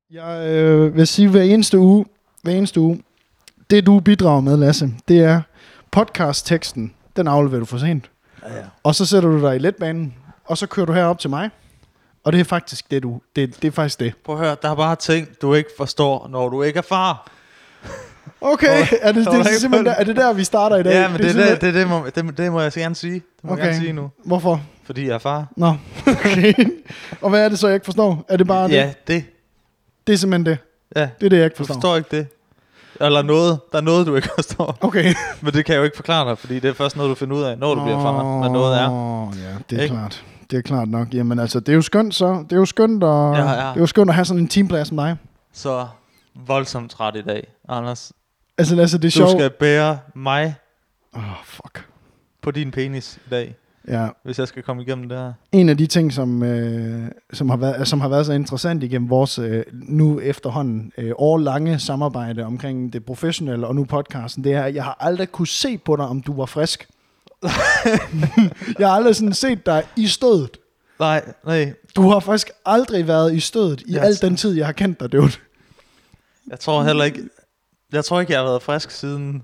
Jeg vil sige hver eneste uge, det du bidrager med, Lasse, det er podcast-teksten, den afleverer du for sent. Ja. Og så sætter du dig i letbanen, og så kører du herop til mig. Og det er faktisk det, det er faktisk det. Prøv at høre, der er bare ting, du ikke forstår, når du ikke er far. Okay, er det der, vi starter i dag? Ja, men det må jeg gerne sige. Det må jeg gerne sige nu. Hvorfor? Fordi jeg er far. Nå, okay. Og hvad er det så, jeg ikke forstår? Er det bare det? Ja, det. Det er simpelthen det? Ja. Det er det, jeg ikke Du forstår. forstår ikke det. Eller noget. Der er noget, du ikke forstår. Okay. Men det kan jeg jo ikke forklare dig, fordi det er først noget, du finder ud af, når du bliver far. Hvad noget er. Ja, det er ikke? klart. Det er klart nok. Jamen altså, det er jo skønt så. Det er jo skønt at, Ja. Det er jo skønt at have sådan en teamplads som dig. Så voldsomt træt i dag, Anders. Altså, Lasse, det er Du sjovt. skal bære mig Fuck. på din penis i dag, Ja. hvis jeg skal komme igennem det her. En af de ting, som har været så interessant igennem vores nu efterhånden årlange samarbejde omkring det professionelle og nu podcasten, det er, at jeg har aldrig kunne se på dig, om du var frisk. Jeg har aldrig sådan set dig i stødet. Nej. Du har faktisk aldrig været i stødet i al den tid, jeg har kendt dig, dude. Jeg tror heller ikke, jeg har været frisk siden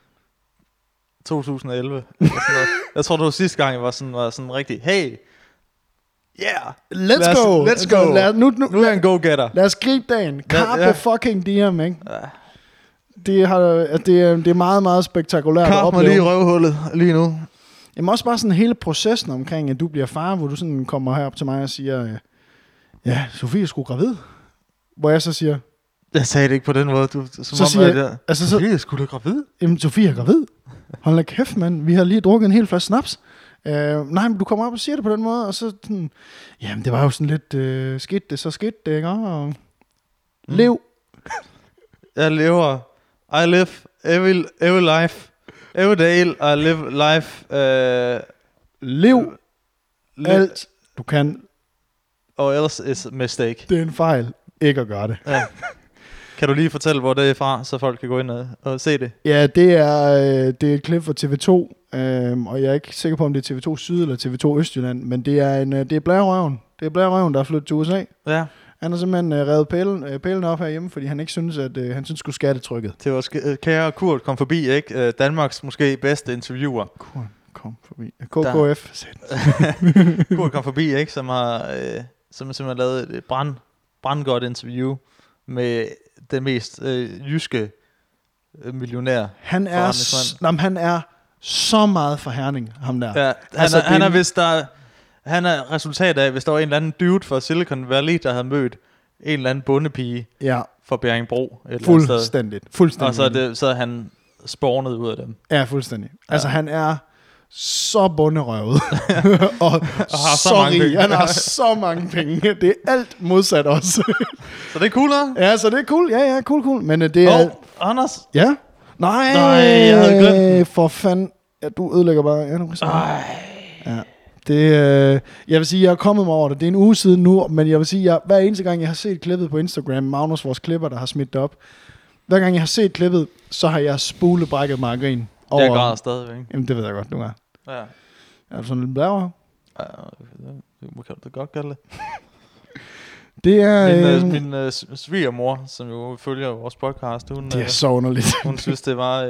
2011. Eller sådan noget. Jeg tror, det var sidste gang, jeg var sådan rigtig, hey, yeah, Let's go. Nu er jeg en go-getter. Lad os gribe dagen. Carpe fucking diem, ikke? Ja. Det er meget, meget spektakulært at Kap mig opleve. lige i røvhullet lige nu. Jamen også bare sådan hele processen omkring, at du bliver far, hvor du sådan kommer herop til mig og siger, ja, Sofie er sgu gravid. Hvor jeg så siger, Jeg sagde det ikke på den måde. så siger jeg, altså, Sofie er sgu da gravid. Jamen, Sofie er gravid. Hold da kæft, mand. Vi har lige drukket en hel flaske snaps. Nej, men du kommer op og siger det på den måde, og så sådan, jamen, det var jo sådan lidt skidt det, så skidt det, ikke? Og lev. Jeg lever. I live every life. Every day I live life. Lev alt, du kan. Og else is a mistake. Det er en fejl, ikke at gøre det. Ja. Kan du lige fortælle, hvor det er fra, så folk kan gå ind og se det? Ja, det er et klip fra TV2, og jeg er ikke sikker på, om det er TV2 Syd eller TV2 Østjylland, men det er Blærerøven. Det er Blærerøven, der er flyttet til USA. Ja. Han har simpelthen revet pælen op herhjemme, fordi han ikke synes, at han synes, skulle skattetrykket. Det var kære Kurt kom forbi, ikke? Danmarks måske bedste interviewer. Kurt kom forbi. KKF. Kurt kom forbi, ikke? Som har simpelthen lavet et brandgodt interview med den mest jyske millionær. Han er så meget for Herning, ham der. Ja, han er resultat af, hvis der var en eller anden dude fra Silicon Valley, der havde mødt en eller anden bondepige fra Bjerringbro. Fuldstændigt. Og så er han spawnet ud af dem. Ja, fuldstændig. Ja. Altså, han er så bunderøvet. og har så mange penge. Han har så mange penge. Det er alt modsat også. Så det er cool, hva'? Ja, så det er cool. Ja, cool. Men det er... Anders? Ja? Nej, jeg havde glemt. For fanden. Ja, du ødelægger bare. Ja. Jeg vil sige, jeg er kommet mig over det. Det er en uge siden nu, men jeg vil sige, hver eneste gang, jeg har set klippet på Instagram, Magnus, vores klipper, der har smidt det op, hver gang jeg har set klippet, så har jeg spulebrækket mig og grin. Jeg græder stadigvæk. Jamen, det ved jeg godt, du er. Ja. Er du sådan lidt blæver? Ja, det kan du godt kalde det. Det er... Min svigermor, som jo følger vores podcast, hun... Det er så underligt. Hun synes, det var...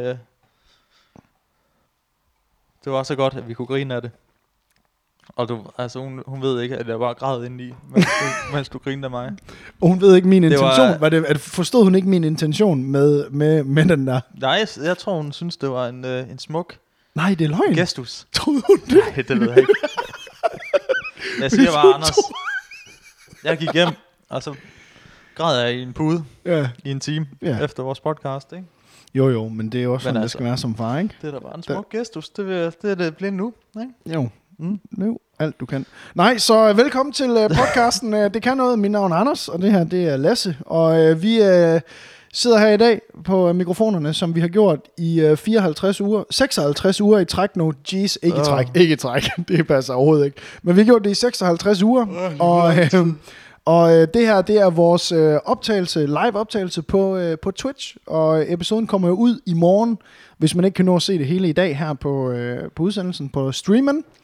det var så godt, at vi kunne grine af det. Og hun ved ikke, at jeg bare græd indeni, mens du grinede af mig. Og hun ved ikke min intention. Forstod hun ikke min intention med den der? Nej, jeg tror, hun synes, det var en smuk... Nej, det er løgn. Gestus. Troede hun det? Nej, det ved jeg ikke. Jeg siger bare, Anders, jeg gik hjem, og så græd jeg i en pude i en time efter vores podcast, ikke? Jo, men det er jo også sådan, det skal være som far, ikke? Det er da bare en smuk gestus. Det er det bliver nu, ikke? Jo. Nu, alt du kan. Nej, så velkommen til podcasten. Det kan noget. Mit navn er Anders, og det her, det er Lasse. Og vi sidder her i dag på mikrofonerne, som vi har gjort i 56 uger i træk nu. Jeez, ikke i træk. Det passer overhovedet ikke. Men vi har gjort det i 56 uger. Og det her, det er vores live optagelse på Twitch. Og episoden kommer jo ud i morgen, hvis man ikke kan nå at se det hele i dag her på udsendelsen på streamen.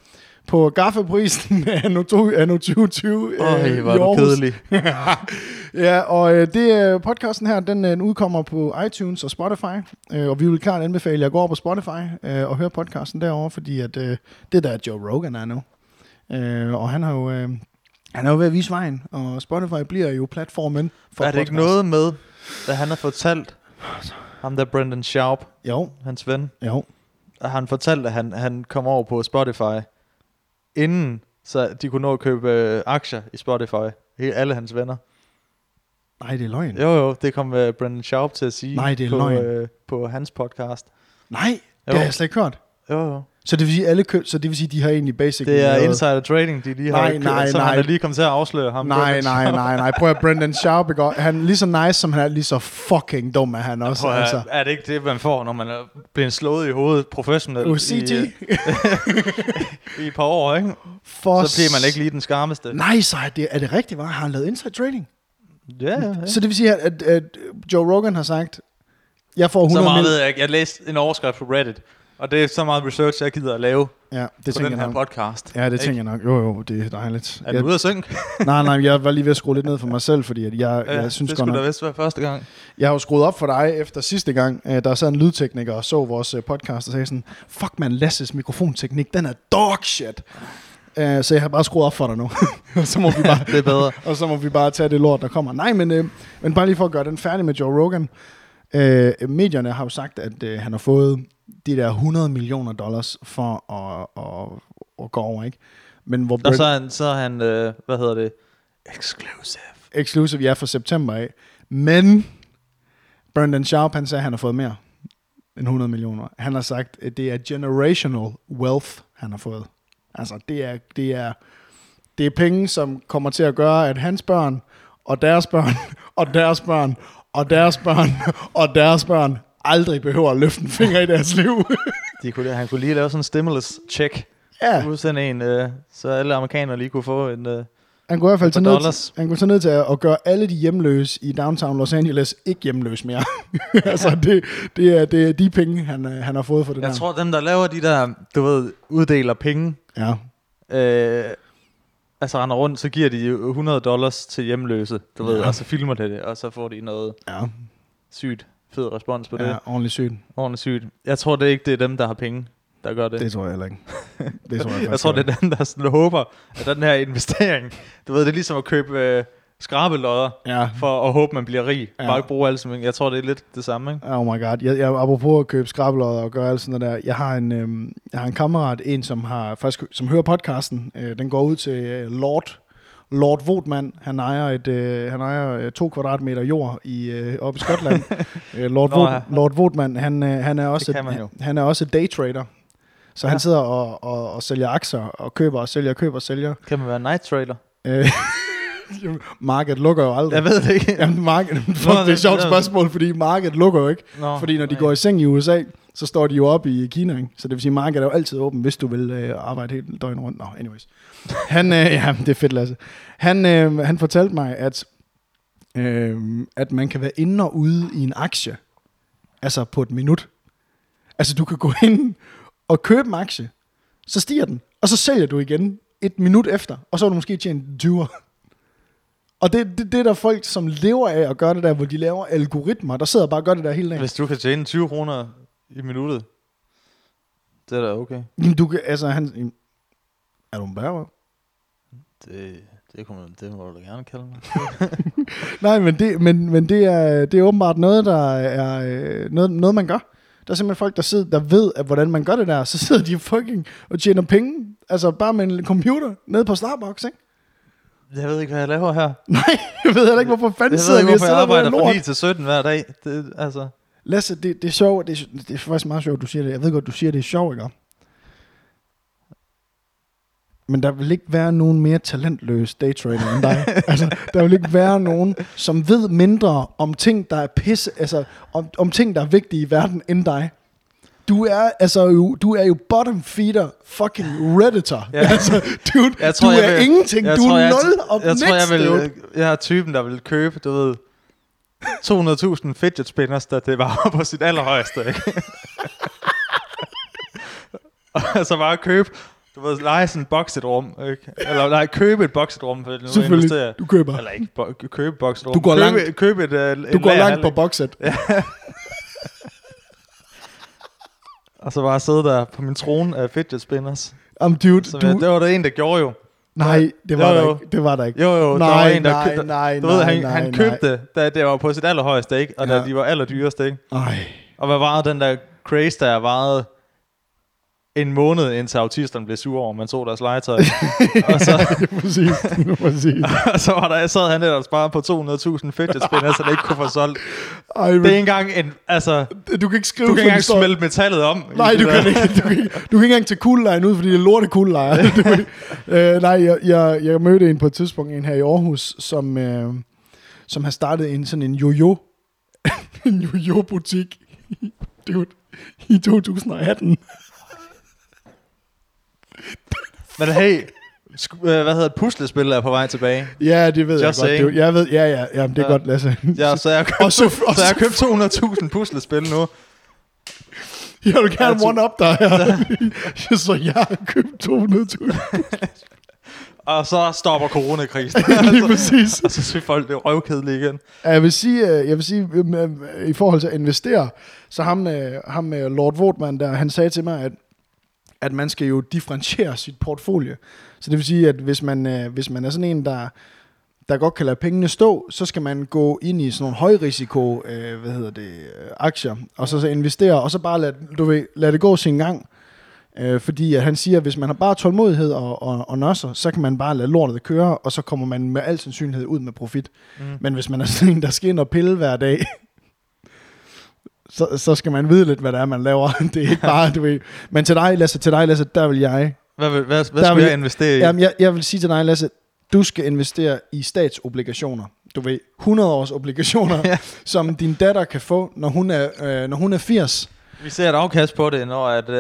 på Gaffaprisen anno 2020 Hvor i var du Aarhus. kedelig. Ja, og podcasten her, den udkommer på iTunes og Spotify, og vi vil klart anbefale jer at gå over på Spotify og høre podcasten derovre, fordi at, det der Joe Rogan er nu. Og han er jo ved at vise vejen, og Spotify bliver jo platformen for Er det podcast. ikke noget med, da han har fortalt ham der Brendan Schaub, Jo, hans ven, jo. at han fortalte, at han kom over på Spotify, inden så de kunne nå at købe aktier i Spotify. Alle hans venner. Nej, det er løgn. Jo, det kom Brendan Schaub til at sige. Nej, det er løgn. På hans podcast. Nej, det Jo. har jeg slet ikke hørt. Jo. Så det vil sige, så det vil sige, de har egentlig basically... Det er lavet- insider trading, de lige har købt, så han er lige kommet til at afsløre ham. Nej. Prøv at Brendan Schaub, han er lige så nice, som han er lige så fucking dum, er han også. Altså. Er det ikke det, man får, når man er blevet slået i hovedet professionelt UCT. i et par år, ikke? Så bliver man ikke lige den skarpeste. Nej, så er det rigtigt, var? Har han lavet inside trading? Ja. Så det vil sige, at Joe Rogan har sagt, jeg får 100 Så meget mil... ved jeg ikke. Jeg læste en overskrift på Reddit, og det er så meget research, jeg gider at lave Ja, det på tænker den jeg her nok. podcast. Ja, det tænker jeg nok. Jo, det er dejligt. Er du ude at synge? Nej, jeg var lige ved at skrue lidt ned for mig selv, fordi at jeg synes det godt skulle nok... da vist være første gang. Jeg har jo skruet op for dig efter sidste gang, der sad en lydtekniker og så vores podcast og sagde sådan, fuck man, Lasses mikrofonteknik, den er dog shit. Så jeg har bare skruet op for dig nu. Og så må vi bare, Det er bedre. og så må vi bare tage det lort, der kommer. Nej, men bare lige for at gøre den færdig med Joe Rogan. Medierne har jo sagt, at han har fået de der $100 million for at gå over, ikke? Men hvor Og så er han hvad hedder det? Exclusive, ja, fra september af. Men Brendan Schaub, han sagde, at han har fået mere end 100 millioner. Han har sagt, at det er generational wealth, han har fået. Altså, det er penge, som kommer til at gøre, at hans børn, og deres børn, og deres børn, og deres børn, og deres børn, aldrig behøver at løfte en finger i deres liv. Han kunne lige lave sådan en stimulus check. Ja. Udsende en, så alle amerikanere lige kunne få en... Han kunne i hvert fald $100. tage ned til at gøre alle de hjemløse i downtown Los Angeles ikke hjemløse mere. Altså, det er de penge, han har fået for det der. Jeg tror, dem, der laver de der, du ved, uddeler penge, Ja. altså render rundt, så giver de $100 til hjemløse, du ved, og så filmer det, og så får de noget sygt fed respons på det. Ja, ordentligt sygt. Ordentligt sygt. Jeg tror det ikke, det er dem, der har penge, der gør det. Det tror jeg heller ikke. Jeg tror, det er dem, der sådan håber, at den her investering, du ved, det er ligesom at købe skrabelodder, for at håbe, man bliver rig. Bare ikke bruge alt som. Jeg tror, det er lidt det samme, ikke? Oh my god. Jeg apropos at købe skrabelodder og gøre alt sådan noget der. Jeg har en kammerat, som hører podcasten. Den går ud til Lord Votman. Han ejer 2 kvadratmeter jord oppe i Skotland. Lord Votman, han er også daytrader. Så han sidder og sælger aktier og køber og sælger. Kan man være night trader? Markedet lukker jo aldrig. Jeg ved det ikke. Jamen, det er et sjovt spørgsmål, fordi markedet lukker jo ikke. Fordi når de går i seng i USA, så står de jo op i Kina, ikke? Så det vil sige, at markedet er jo altid åben, hvis du vil arbejde helt døgnet rundt. Nå, anyways. Det er fedt, Lasse. Han fortalte mig, at man kan være inde og ude i en aktie, altså på et minut. Altså, du kan gå ind og købe en aktie, så stiger den, og så sælger du igen et minut efter, og så har du måske tjent 20'er. Og det er der folk, som lever af at gøre det der, hvor de laver algoritmer, der sidder og bare gør det der hele dagen. Hvis du kan tjene 20 kroner i minuttet, det er da okay. Jamen, du kan, altså, er du en bærrøv? Det må du da gerne kalde mig. Nej, men det er åbenbart noget, der er noget man gør. Der er simpelthen folk, der ved, at hvordan man gør det der, så sidder de fucking og tjener penge, altså bare med en computer, nede på Starbucks, ikke? Jeg ved ikke, hvad jeg laver her. Nej, jeg ved heller ikke, hvorfor fanden sidder vi og sidder. Jeg arbejder fra 9 til 17 hver dag. Altså. Lasse, det er sjovt. Det er faktisk meget sjovt, du siger det. Jeg ved godt, du siger, det er sjovt, ikke? Men der vil ikke være nogen mere talentløs daytrader end dig. Altså, der vil ikke være nogen, som ved mindre om ting, der er om ting, der er vigtige i verden end dig. Du er jo bottom feeder fucking redditor. Ja. Altså, dude, du er ingenting. Du er nul og niks. Jeg er typen, der vil købe, du ved, 200.000 fidget spinners, da det var på sit allerhøjeste, ikke? Og så bare købe Du ved, lege sådan et bokset rum, ikke? Eller nej, købe et bokset rum. For selvfølgelig, du køber. Eller ikke købe et bokset rum. Du går langt, købe et du går langt på bokset. Ja. Og så bare sidde der på min trone af fidget spinners. Dude, det var der en, der gjorde jo. Nej, det var der ikke. Det var der ikke. Jo, nej, der var en, der nej, købte. Nej, du ved, han købte, da det var på sit allerhøjeste, ikke? Og da de var allerdyreste, ikke? Ej. Og hvad var den der craze, der varede en måned, indtil autisterne blev sure over, man så deres legetøj. Og så, præcis. og så var der, sad han der og sparede på 200.000 fidget spinners, så det ikke kunne få solgt. Ej, det er ikke engang en, altså... Du kan ikke skrive... Du kan ikke engang smelte metallet om. Nej, du kan ikke engang tage kuglelejen ud, fordi det er lorte kuglelejer. Nej, jeg mødte en på et tidspunkt, en her i Aarhus, som har startet sådan en jojo. En jojo-butik. Dude, i 2018. Men hey, hvad hedder et puslespil er på vej tilbage? Ja, det ved Just jeg godt. Jeg ved, ja, det er godt, Lasse. Ja, så jeg har købt 200.000 puslespil nu. Jeg vil gerne one-up dig her. Så jeg har købt 200.000. Og så stopper coronakrisen. Lige præcis. Og så synes folk, det er røvkedeligt igen. Jeg vil sige, i forhold til at investere, så ham Lord Vogtman der, han sagde til mig, at man skal jo differentiere sit portfolio. Så det vil sige, at hvis man er sådan en, der godt kan lade pengene stå, så skal man gå ind i sådan nogle højrisiko aktier, og så investere, og så bare lade det gå sin gang. Fordi at han siger, at hvis man har bare tålmodighed og nøsser, så kan man bare lade lortet køre, og så kommer man med al sandsynlighed ud med profit. Men hvis man er sådan en, der skal ind og pille hver dag, så skal man vide lidt, hvad det er, man laver. Det er ikke bare, du ved. Men til dig, Lasse, der vil jeg... Hvad skal jeg investere i? Jamen, jeg vil sige til dig, Lasse, du skal investere i statsobligationer. Du ved, 100 års obligationer, ja. Som din datter kan få, når hun er 80. Vi ser et afkast på det,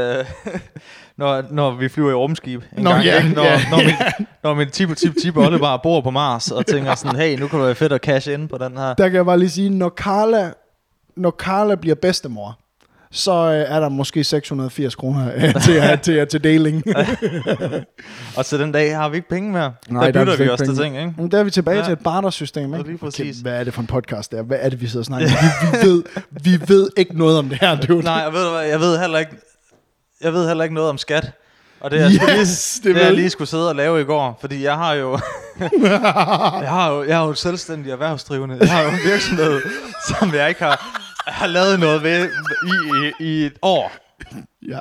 når vi flyver i rumskib. Når min tip Olle bare bor på Mars og tænker sådan, hey, nu kan det være fedt at cash ind på den her. Der kan jeg bare lige sige, når Carla bliver bedstemor, så er der måske 680 kroner til deling. Og til den dag har vi ikke penge mere. Nej, der bytter vi også til ting, ikke? Men der er vi tilbage til et bartersystem, ikke? Lige præcis. Okay, hvad er det for en podcast der? Hvad er det, vi sidder og snakker? vi ved ikke noget om det her, dude. Nej, jeg ved heller ikke noget om skat. Og det jeg lige skulle sidde og lave i går, fordi jeg har jo jeg har jo selvstændig erhvervsdrivende. Jeg har jo en virksomhed, som jeg ikke har lavet noget ved i et år. Ja.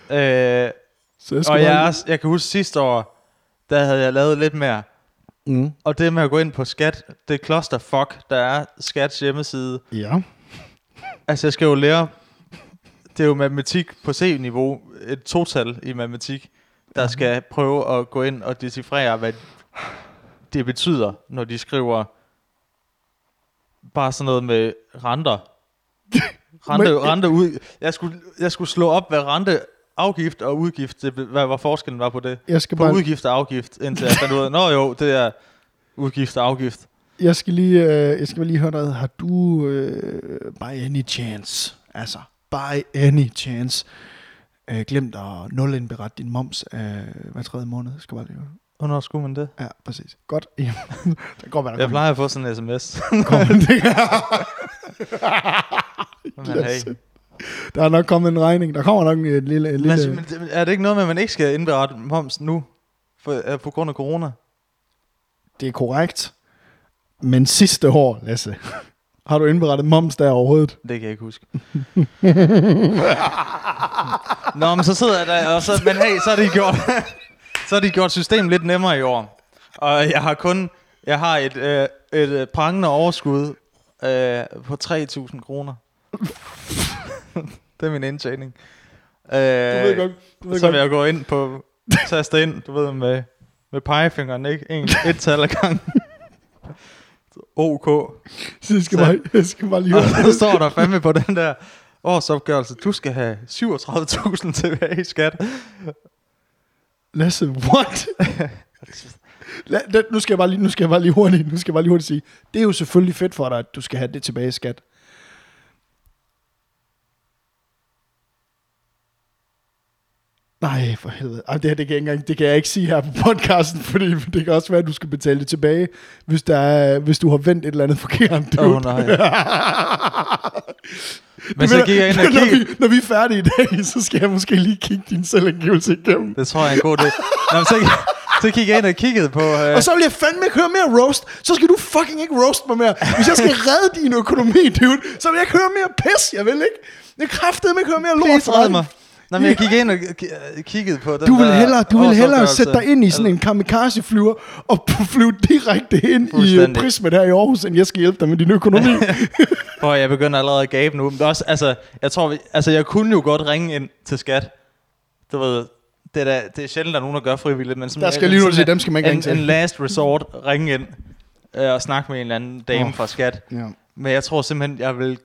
Og jeg kan huske sidste år, der havde jeg lavet lidt mere. Og det med at gå ind på skat, det clusterfuck, der er Skats hjemmeside. Ja. Altså jeg skal jo lære, det er jo matematik på C-niveau, et total i matematik, der skal prøve at gå ind og decifrere, hvad det betyder, når de skriver bare sådan noget med renter. Rente ud. Jeg skulle slå op, hvad rente, afgift og udgift, hvad forskellen var på det. Udgift og afgift, indtil jeg fandt ud af, nå jo, det er udgift og afgift. Jeg skal lige høre dig, har du by any chance, glemt at nulindberette din moms hver 3. måned? Skal bare lige høre. Hvornår skulle man det? Ja, præcis. Godt. Det går, jeg plejer at få sådan en sms. Der er nok kommet en regning. Der kommer nok en lille... Men er det ikke noget med, at man ikke skal indberette moms nu? På grund af corona? Det er korrekt. Men sidste år, Lasse, har du indberettet moms der overhovedet? Det kan jeg ikke huske. Nå, men så sidder jeg der, og men hey, så har de gjort systemet lidt nemmere i år. Og jeg har et prangende overskud på 3.000 kroner. Det er min indtjening. Du ved godt. Så vil jeg gå ind på taste ind, du ved, med pegefingeren, ikke? Et tal ad gangen. OK. Jeg skal bare lige høre. Og så står der fandme på den der årsopgørelse, du skal have 37.000 tilbage i skat. Lasse, what? Nu skal jeg bare lige hurtigt sige, det er jo selvfølgelig fedt for dig, at du skal have det tilbage i skat. Nej, for helvede. Ej, det kan jeg ikke sige her på podcasten, fordi det kan også være, at du skal betale det tilbage, hvis du har vendt et eller andet forkert. Nej. Men så gik jeg ind og når vi er færdige i dag, så skal jeg måske lige kigge din selvangivelse igennem. Det tror jeg er en god idé. Så gik jeg ind og kiggede på... Og så vil jeg fandme ikke høre mere roast. Så skal du fucking ikke roast mig mere. Hvis jeg skal redde din økonomi, dude, så vil jeg ikke høre mere pis. Jeg vil ikke. Jeg kraftedeme ikke høre mere lort fra mig. Nej, men jeg gik ind og kiggede på den. Du vil hellere sætte dig ind i sådan en kamikaze-flyver og flyve direkte ind i Prismet her i Aarhus, end jeg skal hjælpe dig med din økonomi. Prøv, jeg begynder allerede at gabe nu. Men også, jeg kunne jo godt ringe ind til skat. Du ved, det er sjældent, der er nogen, der gør frivilligt. Men der skal lige nu sige, dem skal man ikke ringe til. En last resort, ringe ind og snakke med en eller anden dame fra skat. Ja. Men jeg tror simpelthen, jeg vil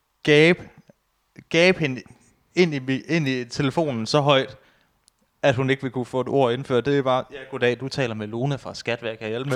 gabe hende ind i telefonen så højt, at hun ikke vil kunne få et ord indført. Det er bare, ja, goddag, du taler med Lone fra Skat, hvad jeg kan hjælpe med.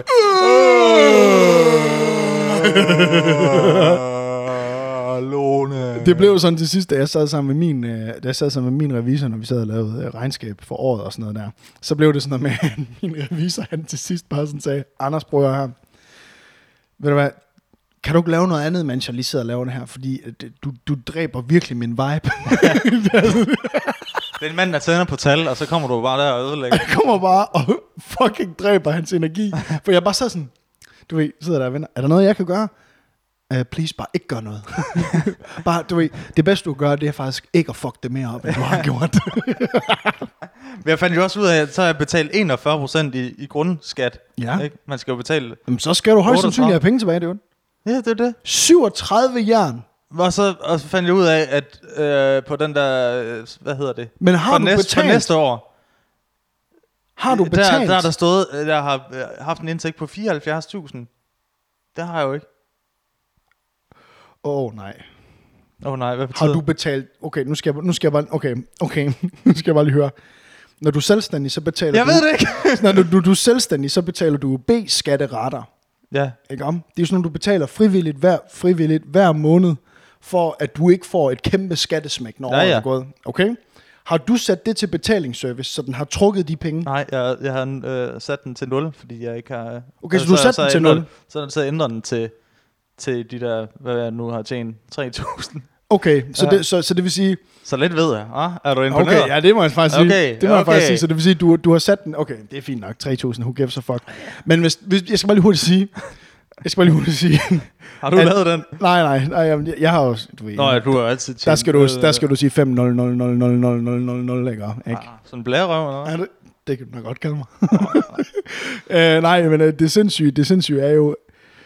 Lone. Det blev sådan til sidst, da jeg sad sammen med min revisor, når vi sad og lavede regnskab for året og sådan noget der. Så blev det sådan noget med, at min revisor, han til sidst bare sådan sagde, Anders, prøv her. Ved du hvad? Kan du ikke lave noget andet, mens jeg lige sidder og laver det her? Fordi du dræber virkelig min vibe. Det er en mand, der tænder på tal, og så kommer du bare der og ødelægger. Jeg kommer bare og fucking dræber hans energi. For jeg bare sådan, du ved, sidder der og venter. Er der noget, jeg kan gøre? Please, bare ikke gør noget. Bare, du ved, det bedste du gør, det er faktisk ikke at fuck det mere op, end du har gjort. Men jeg fandt jo også ud af, at så har jeg betalt 41% i grundskat. Ja. Ikke? Man skal jo betale... Jamen, så skal du højst sandsynligt have penge tilbage, det er jo. Ja, det er det. 37 jern. Og så fandt jeg ud af, at på den der, hvad hedder det? Men har du betalt? For næste år. Har du betalt? Der stået, jeg har haft en indtægt på 74.000. Det har jeg jo ikke. Nej, hvad betyder? Har du betalt? Okay, nu skal jeg bare lige høre. Når du er selvstændig, så betaler jeg ved det ikke. Når du er selvstændig, så betaler du B-skatteretter. Ja. Ikke om? Det er jo sådan, at du betaler frivilligt hver måned, for at du ikke får et kæmpe skattesmæk, når året er gået. Okay? Har du sat det til betalingsservice, så den har trukket de penge? Nej, jeg har sat den til 0, fordi jeg ikke har... Okay, så du har sat den til 0? Så ændrer den til de der, hvad jeg nu har tjent, 3.000. Okay, så det vil sige... Så lidt ved jeg. Er du imponeret? Okay, ja, det må jeg faktisk sige. Det må jeg faktisk sige. Så det vil sige, du har sat den... Okay, det er fint nok. 3.000, who gives a fuck. Men hvis jeg skal bare lige hurtigt sige... Har du lavet den? Nej, jeg har jo... Du ved, du har altid tjent... Der skal du sige 5 0 0 0 0 0 0 0 0, ikke? Sådan en blærerøv, eller hvad? Ja, det kan du nok godt kalde mig. Nej, men det sindssyge er jo...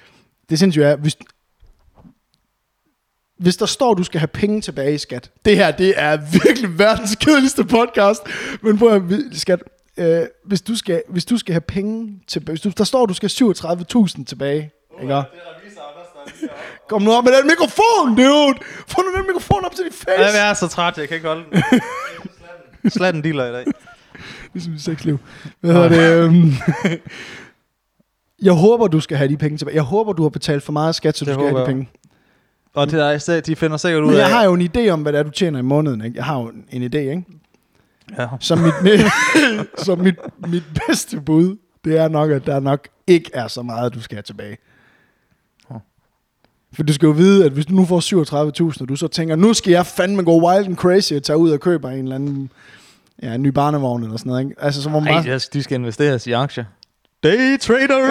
Hvis der står, du skal have penge tilbage i skat. Det her, det er virkelig verdens kedeligste podcast. Men prøv at skat, hvis du skal have penge tilbage, der står, du skal have 37.000 tilbage. Ikke? Det er kom nu op med den mikrofon, dude! Få nu den mikrofon op til dit face! Ja, jeg er så træt, jeg kan ikke holde den. Slatten dealer i dag. Ligesom i sexliv. Jeg håber, du skal have de penge tilbage. Jeg håber, du har betalt for meget skat, så du skal have de penge. Og de finder sikkert ud af... Men jeg har jo en idé om, hvad det er, du tjener i måneden. Ikke? Jeg har jo en idé, ikke? Ja. Så mit bedste bud, det er nok, at der nok ikke er så meget, du skal have tilbage. For du skal jo vide, at hvis du nu får 37.000, og du så tænker, nu skal jeg fandme gå wild and crazy og tage ud og købe en eller anden en ny barnevogn eller sådan noget. Ikke? Altså, så de skal investeres i aktier. Daytrader!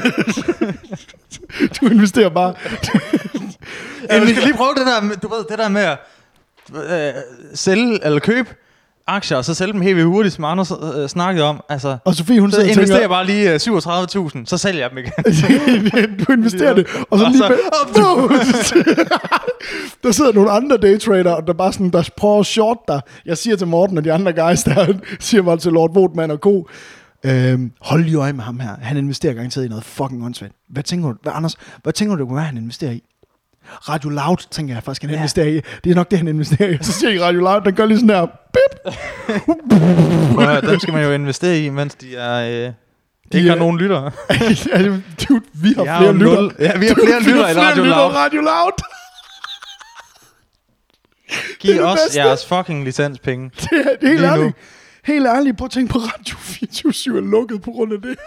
Du investerer bare... Jeg skal lige prøve det der, du ved, det der med at sælge eller købe aktier, og så sælge dem helt vildt hurtigt, som Anders snakkede om. Altså, og Sofie, hun så investerer bare lige 37.000, så sælger jeg dem igen. Du investerer det, og så lige... Der sidder nogle andre daytrader, og der bare sådan, der prøver at short dig. Jeg siger til Morten og de andre guys, der siger bare til Lord Votman og Co. Hold lige øje med ham her. Han investerer garanteret i noget fucking åndssvagt. Hvad tænker du, han investerer i? Radio Loud, tænker jeg faktisk, han investerer i. Det er nok det, han investerer i. Så siger jeg Radio Loud, den gør lige sådan her. Bip! Dem skal man jo investere i, mens de er... ikke har nogen lyttere. Dude, vi har flere lyttere. Ja, vi har flere lyttere i Radio Loud. Giv os jeres fucking licenspenge. Det er helt ærligt. Helt ærligt, prøv at tænke på Radio 24/7 er lukket på grund af det.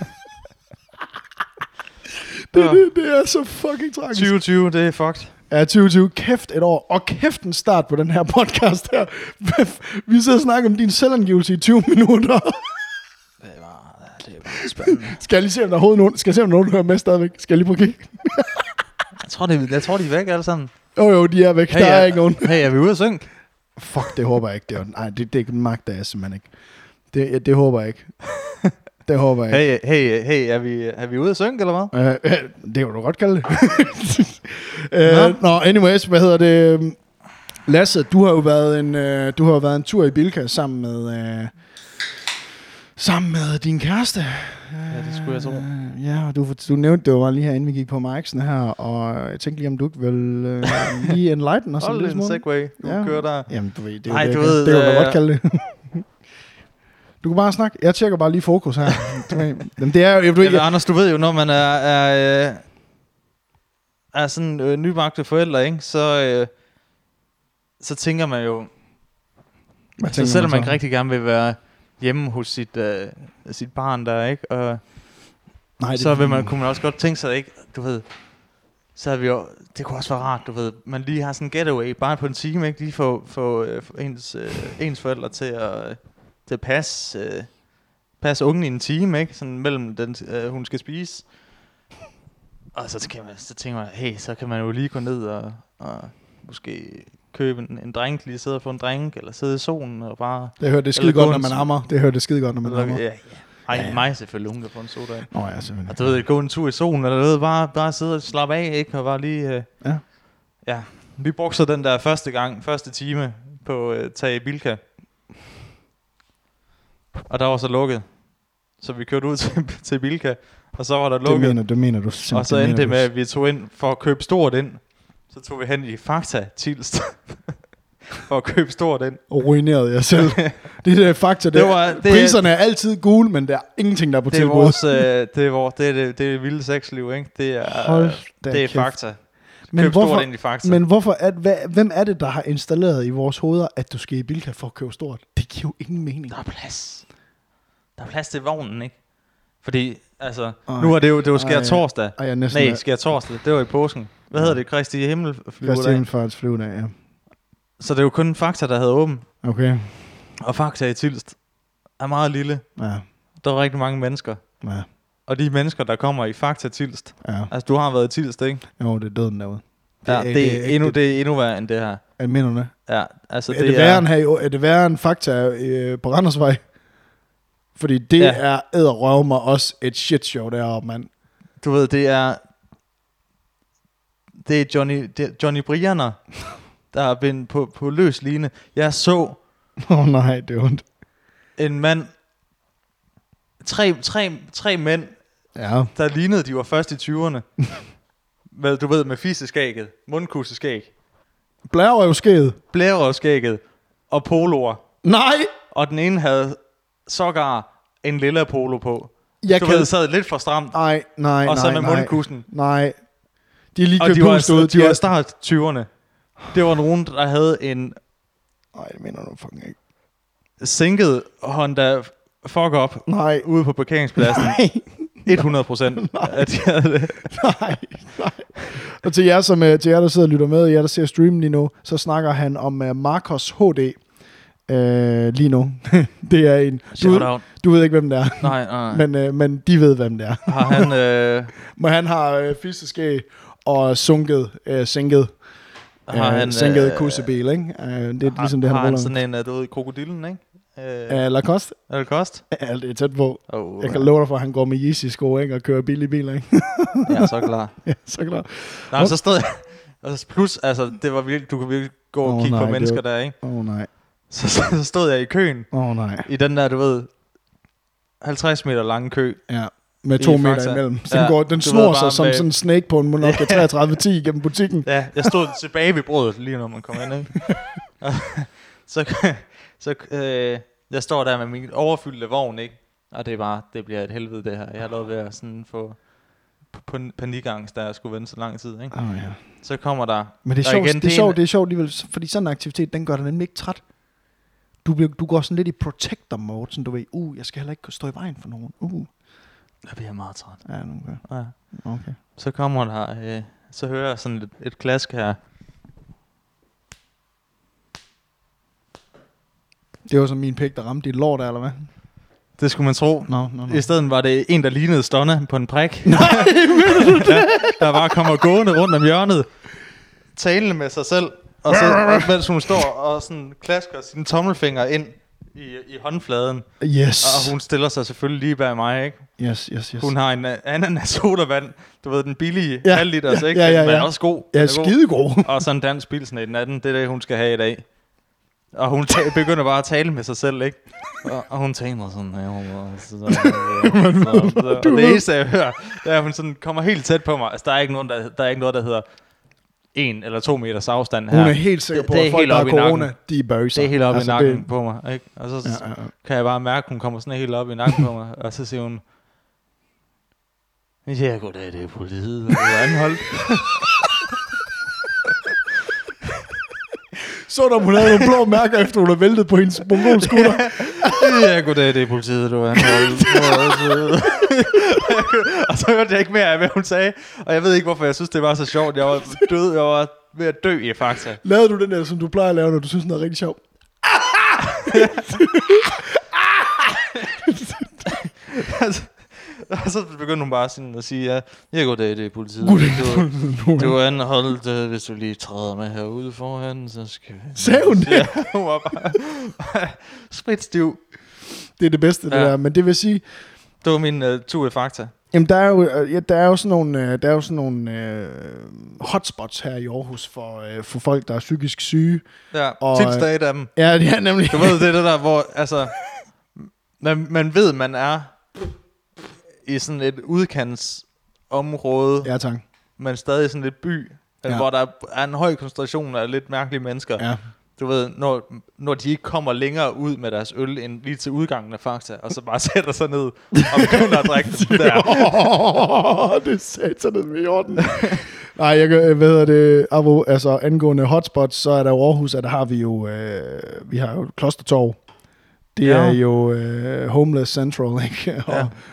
Det er så fucking tragisk. 2020, det er fucked. Ja, 2020. Kæft et år. Og kæft en start på den her podcast her. Vi sidder og snakker om din selvangivelse i 20 minutter. Det var spændende. Skal jeg lige se, om der er overhovedet nogen? Skal jeg se, om der er nogen, der hører med stadigvæk? Skal jeg lige prøve at kigge? jeg tror, de er væk alle sammen. Jo, de er væk. Hey, der er ikke nogen. Hey, er vi ude at synge? Fuck, det håber jeg ikke. Nej, det magter jeg simpelthen ikke. Det håber jeg ikke. Det håber jeg ikke. Hey, er vi ude at synge, eller hvad? Det kan du godt kalde det. Anyways, hvad hedder det? Lasse, du har jo været en tur i Bilka sammen med din kæreste. Ja, det skulle jeg tro. Ja, og du nævnte det jo bare lige her, inden vi gik på Mike'sen her, og jeg tænkte lige, om du ikke vil lige enlighten os. Hold en segway, du kører der. Jamen, du ved, det kan du godt kalde det. Du kan bare snakke. Jeg tjekker bare lige fokus her. Jamen, det er jo... Anders, du ved jo, når man er sådan nybagte forældre, ikke? Så tænker man jo... Så selvom man rigtig gerne vil være hjemme hos sit barn der, ikke? Og nej, så kunne man også godt tænke sig, ikke? Du ved, så havde vi jo... Det kunne også være rart, du ved. Man lige har sådan en getaway bare på en time, ikke? Lige få ens forældre til at passe ungen i en time, ikke? Sådan mellem den hun skal spise. Og så tænker man, hey, så kan man jo lige gå ned og måske købe en drink, lige sidde og få en drink, eller sidde i solen og bare... Det hører det skide godt, når man ammer. Det hører det skide godt, når man ammer. Ja. Ej, mig selvfølgelig, hun kan få en soda. Ja, selvfølgelig. Og du ved, gå en tur i solen, eller du ved, bare sidde og slappe af, ikke? Og bare lige... Ja. Vi brugte så den der første time på tage i Bilka. Og der var så lukket. Så vi kørte ud til Bilka, og så var der lukket. Det mener du simpelthen. Og så endte det med, at vi tog ind for at købe stort ind. Så tog vi hen i Fakta Tilst for at købe stort ind. Og ruinerede jeg selv. Det der Fakta, priserne er altid gule, men der er ingenting, der er på tilbud. Det er det vilde sexliv, ikke? Det er Fakta. Men hvem er det, der har installeret i vores hoveder, at du skal i Bilka for at købe stort? Det giver jo ingen mening. Der er plads. Der er plads til vognen, ikke? Fordi, altså, nu er det jo skær torsdag. Skær torsdag. Det var i påsken. Hvad hedder det? Kristi Himmelflyvedag. Kristi Himmelfartsflyvedag, ja. Så det er jo kun Fakta, der havde åben. Okay. Og Fakta i Tilst er meget lille. Ja. Der er rigtig mange mennesker. Ja. Og de mennesker, der kommer i Fakta Tilst. Ja. Altså, du har været i Tilst, ikke? Jo, det er døden derude. Det er endnu værre end det her. Mener du det? Ja, altså er det værre end Fakta på Randersvej? Fordi det er edderrøv mig også et shitshow deroppe, mand. Du ved, det er Johnny Brianer, der har været på løs line. Jeg så... nej, det er ondt. En mand... Tre mænd, der lignede, de var først i 20'erne. Du ved, med fiseskægget, mundkusseskæg. Blærerøvskægget og poloer. Nej! Og den ene havde sågar en lille polo på. Sad lidt for stramt. Nej. Og så med mundkussen. Nej. De er lige købt hus ud. De var start 20'erne. Det var nogen, der havde en... Nej, det mener du fucking ikke. Sænket Honda fuck up. Nej. Ude på parkeringspladsen. Nej. 100%. At de havde det. Nej. Og til jer, der sidder og lytter med, jer, der ser streamen lige nu, så snakker han om Marcos HD lige nu. Det er en... Du ved ikke, hvem det er. Nej. Men de ved, hvem det er. Har han... Men han har fiseskæg og sænket kussebil, ikke? Det er ligesom det, han ruller. Har han sådan en, du ved, krokodillen, ikke? Lacoste? Ja, det er tæt på. Jeg kan love dig for, at han går med Yeezy-sko, ikke? Og kører billige biler, ikke? Ja, så klar. Nej, så stod jeg... Plus, altså, det var virkelig... Du kunne virkelig gå og kigge på mennesker der, ikke? Nej. Så stod jeg i køen. Nej. I den der, du ved... 50 meter lange kø. Ja. Med 2 meter imellem. Så den snor sig som sådan en snake på en Nokia 3310 gennem butikken. Ja, jeg stod tilbage ved brødet, lige når man kom ind, ikke? Så jeg står der med min overfyldte vogn, ikke? Og det bliver et helvede det her. Jeg har lovet ved at sådan få panikangst, da jeg skulle vente så lang tid, ikke? Ja. Så kommer der... Men det er sjovt, det er sjovt, fordi sådan en aktivitet, den gør dig nemlig ikke træt. du går sådan lidt i protector mode, sådan du ved, jeg skal heller ikke stå i vejen for nogen. Jeg bliver meget træt. Ja, okay. Ja. Okay. Så kommer der, så hører jeg sådan et klask her. Det var så min pæk, der ramte dit lår der, eller hvad? Det skulle man tro. No. I stedet var det en, der lignede Stonne på en prik. Nej, der bare kommer gående rundt om hjørnet, talende med sig selv, og så mens hun står og sådan klasker sine tommelfinger ind i håndfladen. Yes. Og hun stiller sig selvfølgelig lige bag mig, ikke? Yes. Hun har en ananas sodavand, du ved, den billige halvliters, ikke? Ja. Men også god. Ja, skidegod. Og sådan en dansk pilsen i den anden, det er det, hun skal have i dag. Og hun begynder bare at tale med sig selv, ikke? Og hun taler sådan her. Og det eneste, jeg hører, det er, at hun sådan kommer helt tæt på mig. Altså, der er ikke noget, der hedder 1 eller 2 meters afstand her. Hun er helt sikker på, at folk, der har corona, de er bøjser. Det er helt op i nakken på mig, ikke? Og så ja. kan jeg bare mærke, at hun kommer sådan helt op i nakken på mig. Og så siger hun, ja, goddag, det er politiet. Og du er anholdt. Så der, hun havde nogle blå mærker, efter hun havde væltet på hendes mongolskutter. Ja, goddag, det er politiet, du er anholdt. Og så hørte jeg ikke mere af, hvad hun sagde. Og jeg ved ikke, hvorfor jeg synes, det var så sjovt. Jeg var død, jeg var ved at dø i Fakta. Lavede du den der, som du plejer at lave, når du synes, den er rigtig sjov? Og så begyndte hun bare sådan at sige, ja, goddag, det er politiet. Du er anholdt, hvis du lige træder med herude foran, så skal vi... Sagde hun det? Ja, hun var bare spritstiv. Det er det bedste, det der. Men det vil sige... Det var min tur i Fakta. Jamen, der er jo sådan nogle hotspots her i Aarhus for folk, der er psykisk syge. Ja, og, tilstag af dem. Ja, det er nemlig... Du ved, det er det der, hvor altså... Man ved, man er i sådan et udkantsområde, ja, tak. men stadig sådan lidt by, hvor der er en høj koncentration af lidt mærkelige mennesker. Ja. Du ved, når de ikke kommer længere ud med deres øl end lige til udgangen af Fakta, og så bare sætter sig ned og begynder at drikke dem der. Det er satanet med i orden. Nej, jeg ved det, altså angående hotspots, så er der jo Aarhus, at der har vi har jo Klostertorv. Det er jo Homeless Central, ikke?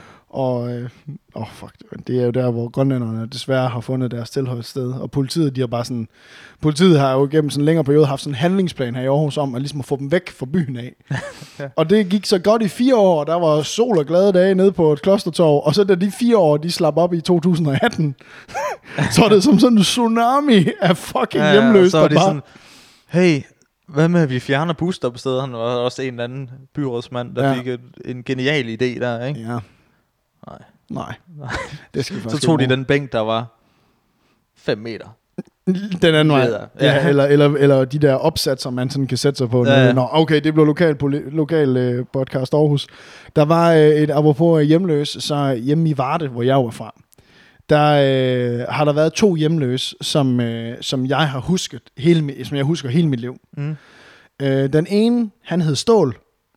Fuck, det er jo der, hvor grønlænderne desværre har fundet deres tilholdssted, og politiet har jo gennem sådan en længere periode haft sådan en handlingsplan her i Aarhus om at ligesom at få dem væk fra byen af. Og det gik så godt i 4 år, der var sol og glade dage nede på et Klostertorv, og så da de 4 år, de slap op i 2018, så er det som sådan en tsunami af fucking hjemløse. Så var de sådan, hey, hvad med, at vi fjerner busstopstederne? Og også en eller anden byrådsmand, der fik en genial idé der, ikke? Ja. Nej. Det skal så tog de den bænk, der var 5 meter. Den anden vej. Ja, eller de der opsatser, man sådan kan sætte sig på. Ja. Nå, okay, det blev lokal podcast Aarhus. Der var et apropos hjemløs, så hjemme i Varde, hvor jeg var fra, der har der været 2 hjemløse, som jeg har husket hele mit liv. Mm. Den ene, han hed Stål.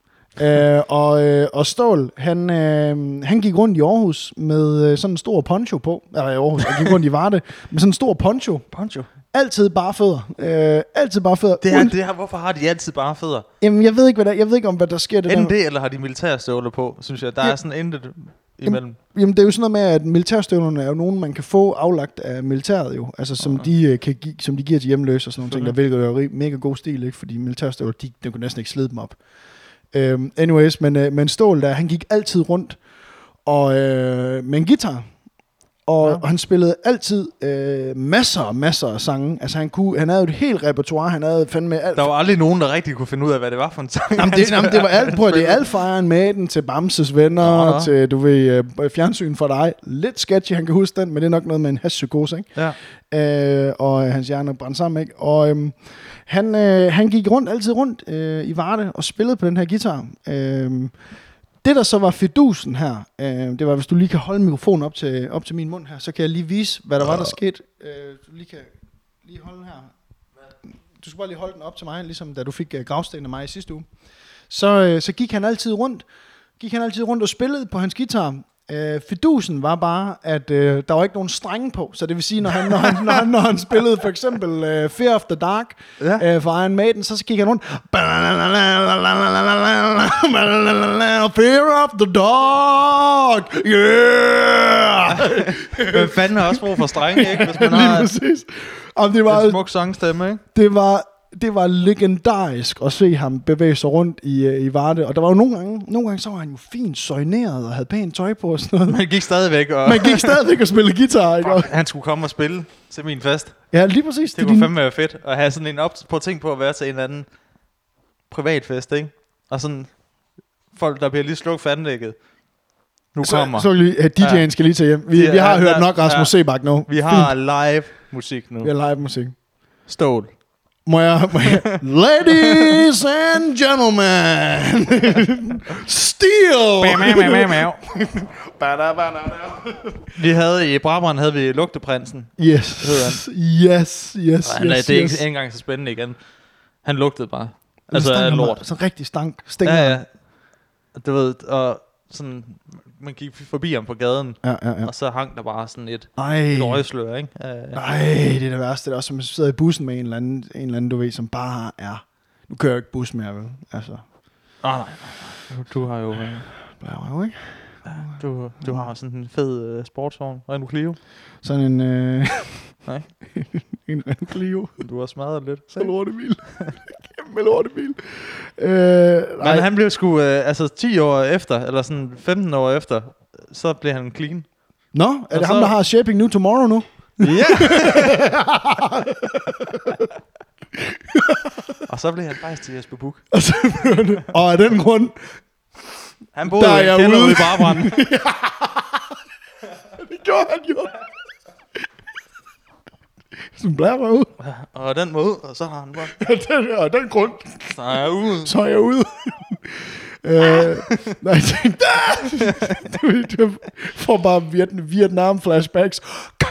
Og Stål, han gik rundt i Aarhus med sådan en stor poncho på. Eller i Aarhus, han gik rundt i Varde med sådan en stor poncho. Altid bare fødder. Altid bare fødder. Det her, hvorfor har de altid bare fødder? Jamen, jeg ved ikke om hvad der sker. Enten det, eller har de militærstøvler på, synes jeg. Der er sådan intet imellem. Jamen, det er jo sådan noget med, at militærstøvlerne er jo nogen, man kan få aflagt af militæret jo. Altså, som de giver til hjemløse og sådan nogle ting, der hvilket er mega god stil, ikke? Fordi militærstøvler, de kunne næsten ikke slide dem op. Anyways, men Stål der, han gik altid rundt og med en guitar, og han spillede altid masser af sange. Altså han havde et helt repertoire, han havde fandme alt. Der var aldrig nogen, der rigtig kunne finde ud af, hvad det var for en sang. Det var alt, det er alt fra Iron Maiden til Bamses Venner, til du ved, Fjernsyn for dig. Lidt sketchy, han kan huske den, men det er nok noget med en hashpsykose, ikke? Ja. Og hans hjerne brændte sammen, ikke? Og han gik altid rundt i Varde og spillede på den her guitar. Det der så var fidusen her, det var, hvis du lige kan holde mikrofonen op til min mund her, så kan jeg lige vise, hvad der var, der skete. Du lige kan holde den her. Du skal bare lige holde den op til mig, ligesom da du fik gravsten af mig i sidste uge. Så gik han altid rundt og spillede på hans guitar. Fidusen var bare, at der var ikke nogen strenge på, så det vil sige, når han spillede for eksempel Fear of the Dark for Iron Maiden, så gik han rundt. Fear of the Dark, yeah! Hvem fanden har også brug for strenge, ikke? Hvis man Lige har præcis. Det var en smuk sangstemme, ikke? Det var legendarisk at se ham bevæge sig rundt i Varde. Og der var jo nogle gange så var han jo fint søjneret og havde pænt tøj på og sådan noget. Man gik stadigvæk og spille guitar, ikke? Han skulle komme og spille til min fest. Ja, lige præcis. Det kunne fandme være fedt at have sådan en på ting på at være til en eller anden privatfest, ikke? Og sådan folk, der bliver lige slukket for anlægget. Nu kommer. Så DJ'en skal lige tage hjem. Vi har hørt nok Rasmus Sebak nu. Vi har live musik nu. Vi har live musik. Stål. Må jeg Ladies and gentlemen, Steel. Vi havde i Brabrand havde vi Lugteprinsen. Yes. Det er ikke engang så spændende igen. Han lugtede bare. Altså lort. Så rigtig stank. Ja. Du ved, og sådan man gik forbi ham på gaden, og så hang der bare sådan et røgslør, ikke? Nej, det er det værste. Det er også, som man sidder i bussen med en eller anden, du ved, som bare er... Nu kører jeg ikke bus mere, vel? Altså. Nej. Du har jo... ikke? Du har sådan en fed sportsvogn. Renault Clio. Sådan en... Nej. En Renault Clio. Du har smadret lidt. Så lortebil. Kæmpe lortebil. Men han blev sgu... 10 år efter, eller sådan 15 år efter, så blev han clean. Nå, er det ham, der har Shaping New Tomorrow nu? Ja! Og så blev han faktisk til Jesper Buch. Og af den grund... Han boede i en kælder ude i Brabrand. Det gjorde han jo. Sådan blærerøv. Og af den måde, og så har han bare... Og den grund... Så er jeg ude. Så er jeg ude. Nej, jeg tænkte... Du får bare Vietnam-flashbacks.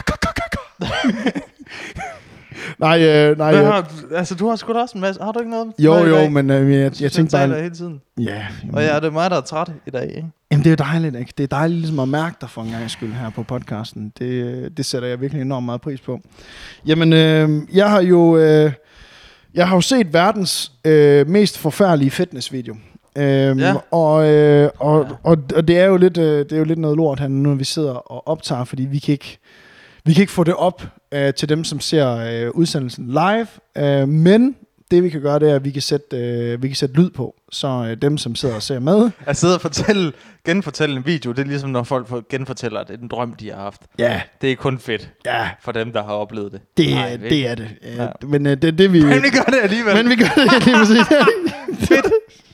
Nej. Du har sgu da også en masse... Har du ikke noget? Jo, men jeg tænkte bare... hele tiden. Ja. Og det er mig, der er træt i dag, ikke? Jamen, det er dejligt, ikke? Det er dejligt ligesom at mærke dig for en gang skyld her på podcasten. Det sætter jeg virkelig enormt meget pris på. Jamen, jeg har jo set verdens mest forfærdelige fitnessvideo. Og det er jo lidt noget lort her, nu vi sidder og optager, fordi vi kan ikke få det op til dem, som ser udsendelsen live, men det vi kan gøre, det er, at vi kan sætte lyd på, så dem, som sidder og ser med. At sidde og genfortælle en video, det er ligesom, når folk genfortæller, at det er en drøm, de har haft. Ja. Det er kun fedt for dem, der har oplevet det. Det er det. Ja. Men det vi... Men vi gør det alligevel. Men vi gør det alligevel. Fedt.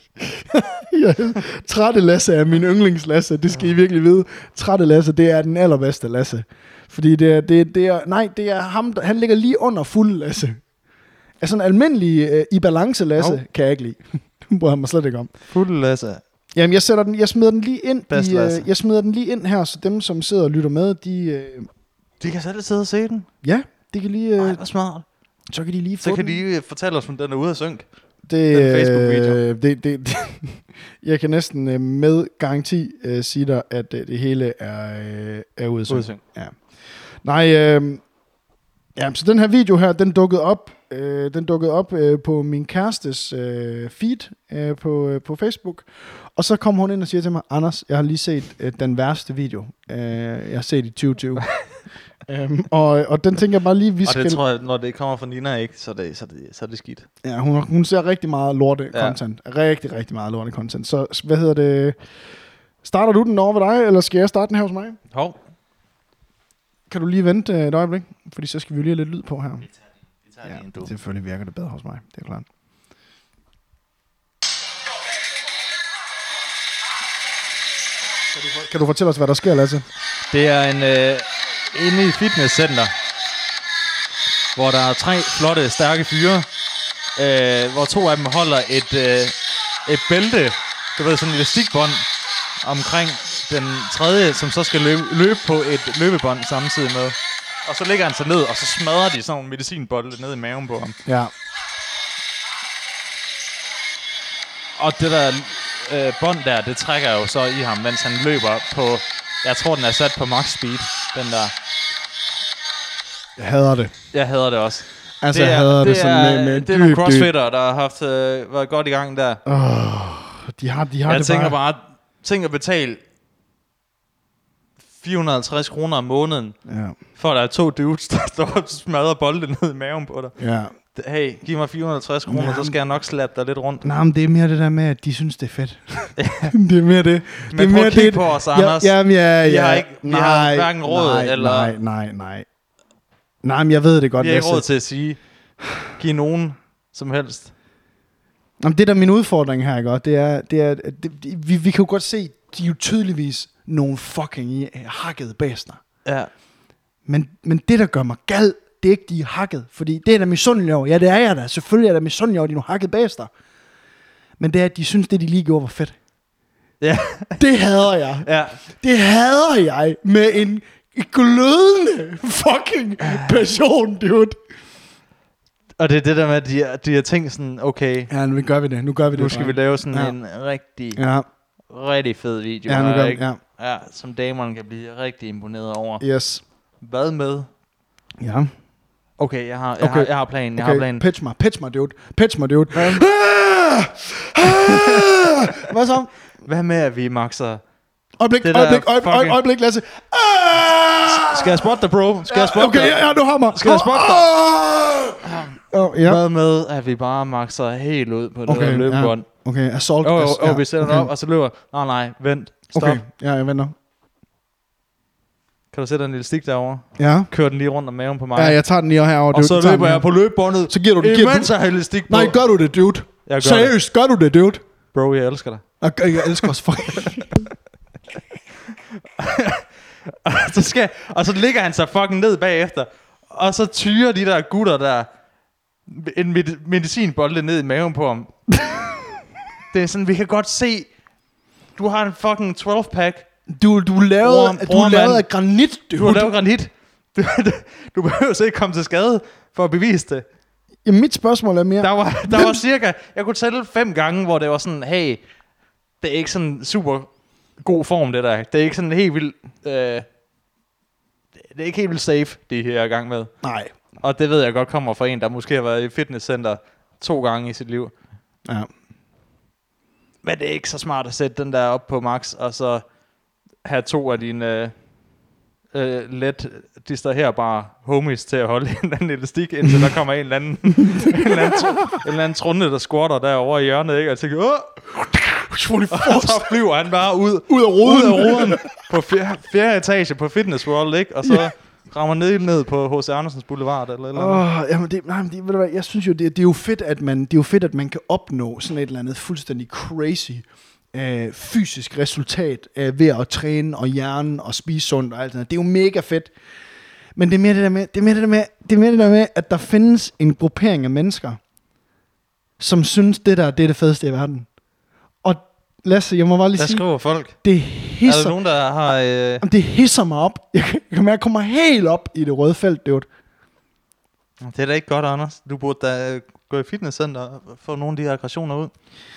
Trætte Lasse er min yndlingslasse. Det skal I virkelig vide. Trætte Lasse, det er den allerbedste Lasse. Fordi det er ham, han ligger lige under fuld Lasse. Altså en almindelig i balance Lasse kan jeg ikke lide. Det bryder jeg mig slet ikke om. Fuld Lasse. Jamen jeg smider den lige ind. Jeg smider den lige ind her, så dem som sidder og lytter med, de kan selv sidde og se den. Ja, de kan lige. Ej, hvor smart. Så kan de lige få så kan de fortælle os, om den er ude af synk. Den Facebook-video. Jeg kan næsten med garanti sige dig, at det hele er ude af synk. Ja. Nej, så den her video her, den dukkede op på min kærestes feed på Facebook, og så kom hun ind og siger til mig, Anders, jeg har lige set den værste video, jeg har set i 2020. Og den tænker jeg bare lige, vi skal... Og det tror jeg, når det kommer fra Nina, ikke, så er det skidt. Ja, hun ser rigtig meget lorte-content. Rigtig, rigtig meget lorte-content. Så hvad hedder det? Starter du den over ved dig, eller skal jeg starte den her hos mig? Hov. Kan du lige vente et øjeblik? Fordi så skal vi jo lige have lidt lyd på her. Vi tager ja, det selvfølgelig virker det bedre hos mig, det er klart. Kan du fortælle os, hvad der sker, Lasse? Det er inde i fitnesscenter, hvor der er 3 flotte, stærke fyre, hvor 2 af dem holder et bælte, du ved, sådan et elastikbånd omkring den tredje, som så skal løbe på et løbebånd samtidig med. Og så lægger han sig ned, og så smadrer de sådan nogle medicinbolde ned i maven på ham. Ja. Og det der bånd der, det trækker jo så i ham, mens han løber på Jeg tror, den er sat på max speed, den der. Jeg hader det. Jeg hader det også. Altså, jeg hader det sådan med det er nogle crossfitter, der har haft været godt i gang der. De har jeg det tænker bare, tænk at betale 450 kroner om måneden, for at der er 2 dudes, der står og smadrer bolde ned i maven på dig. Ja. Hey, giv mig 450 kroner, så skal jeg nok slappe dig lidt rundt. Nej, men det er mere det der med, at de synes, det er fedt. Det er mere det. Men prøv at kigge på os, Anders. Ja. Vi har hverken råd eller... Nej, men jeg ved det godt. Vi har ikke råd til at sige, giv nogen som helst. Jamen, det der er min udfordring her, ikke? Det er vi kan jo godt se, de er jo tydeligvis nogle fucking hakkede bæster. Ja. Men det, der gør mig gal, det er ikke, de er hakket. Fordi det er da misundelig over. Ja, det er jeg da. Selvfølgelig er der misundelig over, de er nogle hakkede bæster. Men det er, at de synes, det de lige gjorde var fedt. Ja. Det hader jeg. Ja. Det hader jeg med en glødende fucking passion, dude. Og det er det der med, at de har tænkt sådan, okay. Ja, nu gør vi det. Nu skal vi lave sådan en rigtig fed video. Ja, nu gør vi, ja, som damerne kan blive rigtig imponeret over. Yes. Hvad med? Ja. Okay, jeg har planen. Jeg har planen. Pitch mig, dude. Hvad så? Hvad med, at vi maxer... Øjeblik, Lasse. Skal jeg spotte dig, bro? Skal jeg spotte dig? Okay, ja, du har mig. Skal jeg spotte dig? Hvad med, at vi bare maxer helt ud på det der løbebånd? Okay, assault. Vi sætter den op, og så løber... Nej, vent. Stop. Okay, ja, jeg venter. Kan du sætte en lille stik derovre? Ja. Kør den lige rundt om maven på mig. Ja, jeg tager den lige herover. Og så løber jeg på løbebåndet. Så giver du den. Imens jeg har en stik på. Nej, gør du det, dude? Seriøst, gør du det, dude? Bro, jeg elsker dig. Jeg elsker os fucking. og så ligger han sig fucking ned bagefter. Og så tyrer de der gutter der en medicinbolle ned i maven på ham. Det er sådan, vi kan godt se, du har en fucking 12-pack. Du er lavet af granit, dude. Du har lavet granit. Du behøver så ikke komme til skade for at bevise det. Ja, mit spørgsmål er mere... Der var cirka... Jeg kunne tælle 5 gange, hvor det var sådan, hey, det er ikke sådan super god form, det der. Det er ikke sådan helt vildt... det er ikke helt vildt safe, det her i gang med. Nej. Og det ved jeg godt kommer fra en, der måske har været i fitnesscenter 2 gange i sit liv. Ja. Men det er ikke så smart at sætte den der op på max, og så have 2 af dine let distraherbare homies til at holde en anden elastik, indtil der kommer en eller anden trunde, der squatter derovre i hjørnet, ikke? Og jeg tænker, og så flyver han bare ud af ruden på 4. etage på Fitness World, ikke? Og så rammer ned på H.C. Andersens Boulevard eller jamen jeg synes jo, det er jo fedt, at man kan opnå sådan et eller andet fuldstændig crazy fysisk resultat ved at træne og hjernen og spise sundt og alt sådan noget. Det er jo mega fedt. Men det er mere det der med, at der findes en gruppering af mennesker, som synes, det er det fedeste i verden. Og Lasse, jeg må bare lige sige... Hvad skriver folk? Det hisser... Er der nogen, der har... Det hisser mig op. Jeg kan mærke, at jeg kommer helt op i det røde felt, dude. Det er da ikke godt, Anders. Du burde da gå i fitnesscenter og få nogle af de her aggressioner ud.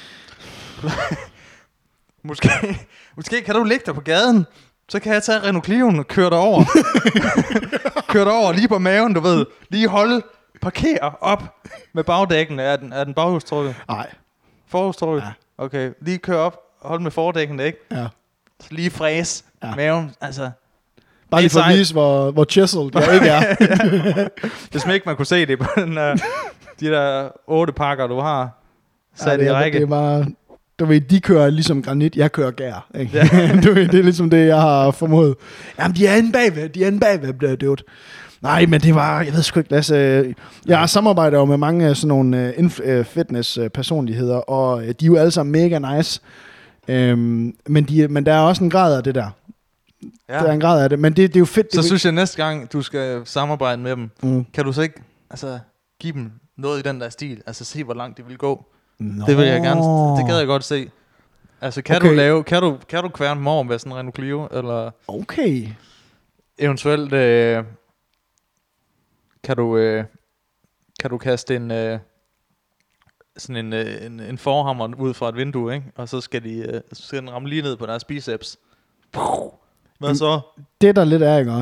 Måske kan du ligge der på gaden. Så kan jeg tage Renault-Clioen og køre dig over. Køre dig over lige på maven, du ved. Lige parkere op med bagdækken. Er den baghjulstrukket? Nej. Forhjulstrukket? Ja. Okay, lige køre op. Hold med fordækken, ikke? Ja. Så lige fræs maven, altså. Bare lige for at vise, hvor chiseled jeg ikke er. Hvis man ikke man kunne se det på den, de der 8 pakker, du har sat i række. Det er bare... Du ved, de kører ligesom granit, jeg kører gær. Ikke? Ja. Du ved, det er ligesom det, jeg har formået. Jamen, de er inde bagved, dude. Nej, men det var, jeg ved sgu ikke, Lasse. Jeg samarbejder jo med mange af sådan nogle fitness-personligheder, og de er jo alle sammen mega nice. Men der er også en grad af det der. Ja. Der er en grad af det, men det er jo fedt. Så synes jeg, næste gang, du skal samarbejde med dem, kan du så ikke give dem noget i den der stil? Altså se, hvor langt de vil gå. Nå. Det vil jeg gerne. Det gad jeg godt se. Altså kan du kværne dem over med sådan en Renault Clio eller okay. Eventuelt kan du kaste sådan en forhammer ud fra et vindue, ikke? Og så skal den ramme lige ned på deres biceps. Hvad så? Det der lidt er, ikke?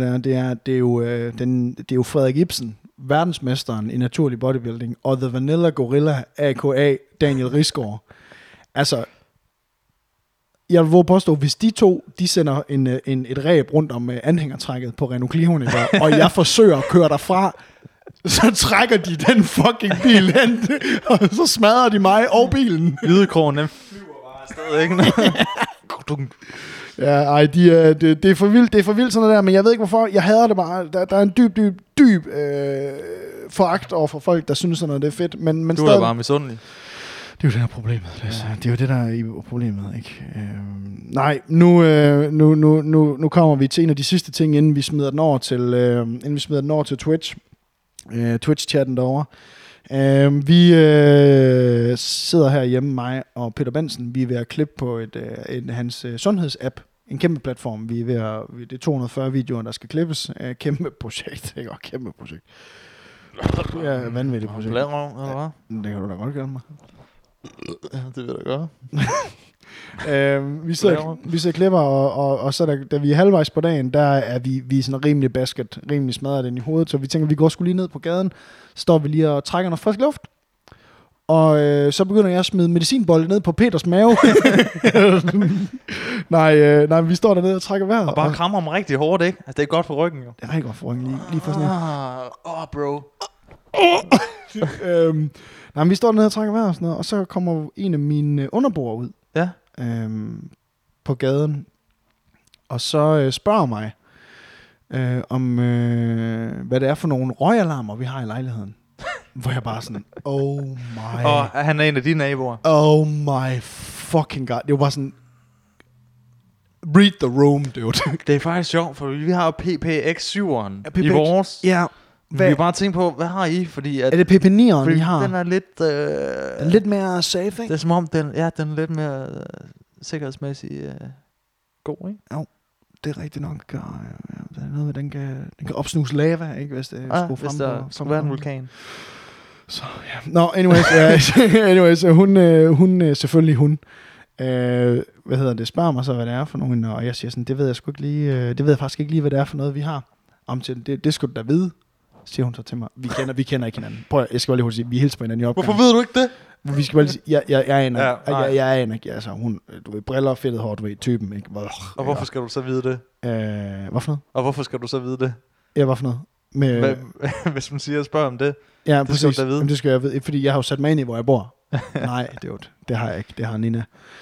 Det er jo Frederik Ibsen, verdensmesteren i naturlig bodybuilding, og The Vanilla Gorilla, a.k.a. Daniel Risgaard. Altså, jeg vil påstå, hvis de to, de sender et ræb rundt om anhængertrækket på Renault Clio'en, og jeg forsøger at køre derfra, så trækker de den fucking bil hen, og så smadrer de mig og bilen. Ydekrogen, den flyver bare afsted, ikke? Ja, ej, det er for vildt sådan noget der, men jeg ved ikke hvorfor, jeg hader det bare. Der er en dyb foragt over for folk, der synes sådan noget, det er fedt. Men du er bare misundelig. Det er jo det, der er problemet. Det er jo det, der er problemet, ikke? Nej, nu kommer vi til en af de sidste ting, inden vi smider den over til Twitch. Twitch-chatten derovre. Vi sidder her hjemme, mig og Peter Benson. Vi er ved at klippe på hans sundhedsapp. En kæmpe platform. Det er 240 videoer, der skal klippes. Kæmpe projekt. Ikke? Kæmpe projekt. Det er et vanvittigt projekt. Eller hvad? Det kan du da godt gøre mig. Ja, det vil jeg gøre. Vi sidder og klipper, og så da vi er halvvejs på dagen, der er vi sådan rimelig basket, rimelig smadret ind i hovedet, så vi tænker, vi går sgu lige ned på gaden, står vi lige og trækker noget frisk luft, og så begynder jeg at smide medicinbolde ned på Peters mave. nej, vi står dernede og trækker vejret. Og bare krammer ham rigtig hårdt, ikke? Altså, det er godt for ryggen, jo. Det er rigtig godt for ryggen, lige for sådan her. Nej, men vi står dernede og trækker vejret og sådan noget, og så kommer en af mine underboer ud. Ja. På gaden, og så spørger mig om hvad det er for nogle røgalarmer vi har i lejligheden. Hvor jeg bare sådan, oh my. Og han er en af dine naboer. Oh my fucking god. Det var bare sådan, read the room, dude. Det er faktisk sjovt, for vi har PPX7'eren i vores. Ja. Vi har bare tænkt på, hvad har I? Fordi er det PP9'eren, I har? Den er lidt... lidt mere safe, ikke? Det er som om, den er lidt mere sikkerhedsmæssigt god, ikke? Jo, det er rigtigt nok. Det er noget med, den kan opsnuse lava, ikke? Hvis det hvis der skulle være en vulkan. Så, ja. Nå, anyways, hun selvfølgelig hun. Spørger mig så, hvad det er for nogen, og jeg siger sådan, det ved jeg sgu ikke lige, det ved jeg faktisk ikke lige, hvad det er for noget, vi har. Om til det skulle du da vide, siger hun så til mig. Vi kender ikke hinanden. Prøv, jeg skal bare lige hurtigt sige, vi hilser på hinanden i opgangen. Hvorfor ved du ikke det? Vi skal bare lige sige, jeg aner ikke, altså hun, du ved, briller, fedtet hår, du ved, typen, ikke? Og hvorfor skal du så vide det? Hvad for noget? Og hvorfor skal du så vide det? Ja, hvad for noget? Hvis man siger og spørger om det, ja, det præcis. skal du da vide. Jamen, det skal jeg vide, fordi jeg har jo sat mig ind i, hvor jeg bor. Nej, det har jeg ikke, det har Nina.